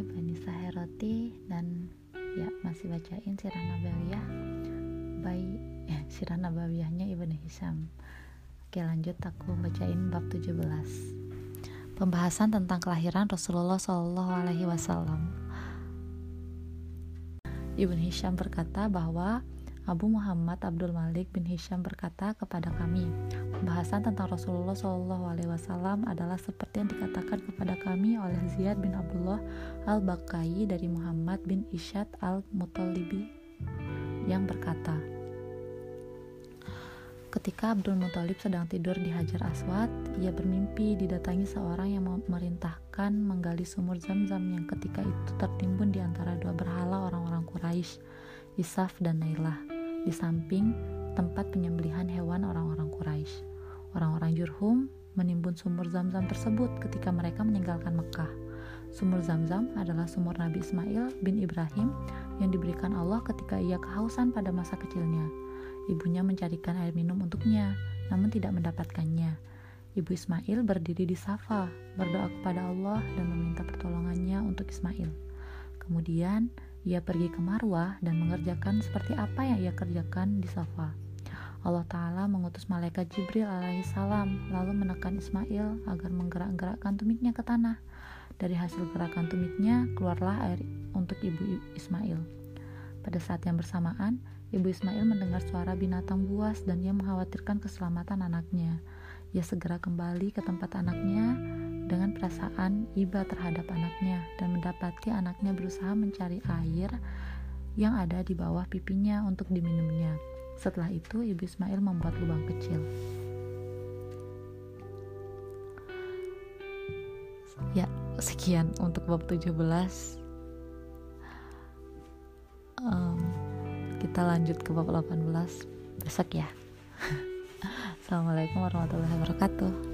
lagi Bani Saheroti dan ya masih bacain Sirah Nabawiyah Sirah Nabawiyahnya Ibnu Hisham. Oke, lanjut aku bacain bab 17. Pembahasan tentang kelahiran Rasulullah SAW. Ibnu Hisham berkata bahwa Abu Muhammad Abdul Malik bin Hisham berkata kepada kami, pembahasan tentang Rasulullah SAW adalah seperti yang dikatakan kepada kami oleh Ziyad bin Abdullah al-Bakai dari Muhammad bin Ishad al-Muttalibi yang berkata, ketika Abdul Muthalib sedang tidur di Hajar Aswad, ia bermimpi didatangi seorang yang memerintahkan menggali sumur Zam-Zam yang ketika itu tertimbun di antara dua berhala orang-orang Quraisy, Isaf dan Nailah, di samping tempat penyembelihan hewan orang-orang Quraisy. Orang-orang Jurhum menimbun sumur Zam-Zam tersebut ketika mereka meninggalkan Mekah. Sumur Zam-Zam adalah sumur Nabi Ismail bin Ibrahim yang diberikan Allah ketika ia kehausan pada masa kecilnya. Ibunya mencarikan air minum untuknya, namun tidak mendapatkannya. Ibu Ismail berdiri di Safa, berdoa kepada Allah dan meminta pertolongannya untuk Ismail. Kemudian, ia pergi ke Marwah dan mengerjakan seperti apa yang ia kerjakan di Safa. Allah Ta'ala mengutus malaikat Jibril alaihissalam lalu menekan Ismail agar menggerak-gerakkan tumitnya ke tanah. Dari hasil gerakan tumitnya, keluarlah air untuk ibu Ismail. Pada saat yang bersamaan, Ibu Ismail mendengar suara binatang buas dan ia mengkhawatirkan keselamatan anaknya. Ia segera kembali ke tempat anaknya dengan perasaan iba terhadap anaknya dan mendapati anaknya berusaha mencari air yang ada di bawah pipinya untuk diminumnya. Setelah itu, Ibu Ismail membuat lubang kecil. Ya, sekian untuk bab 17. Kita lanjut ke bab 18 besok ya. Assalamualaikum warahmatullahi wabarakatuh.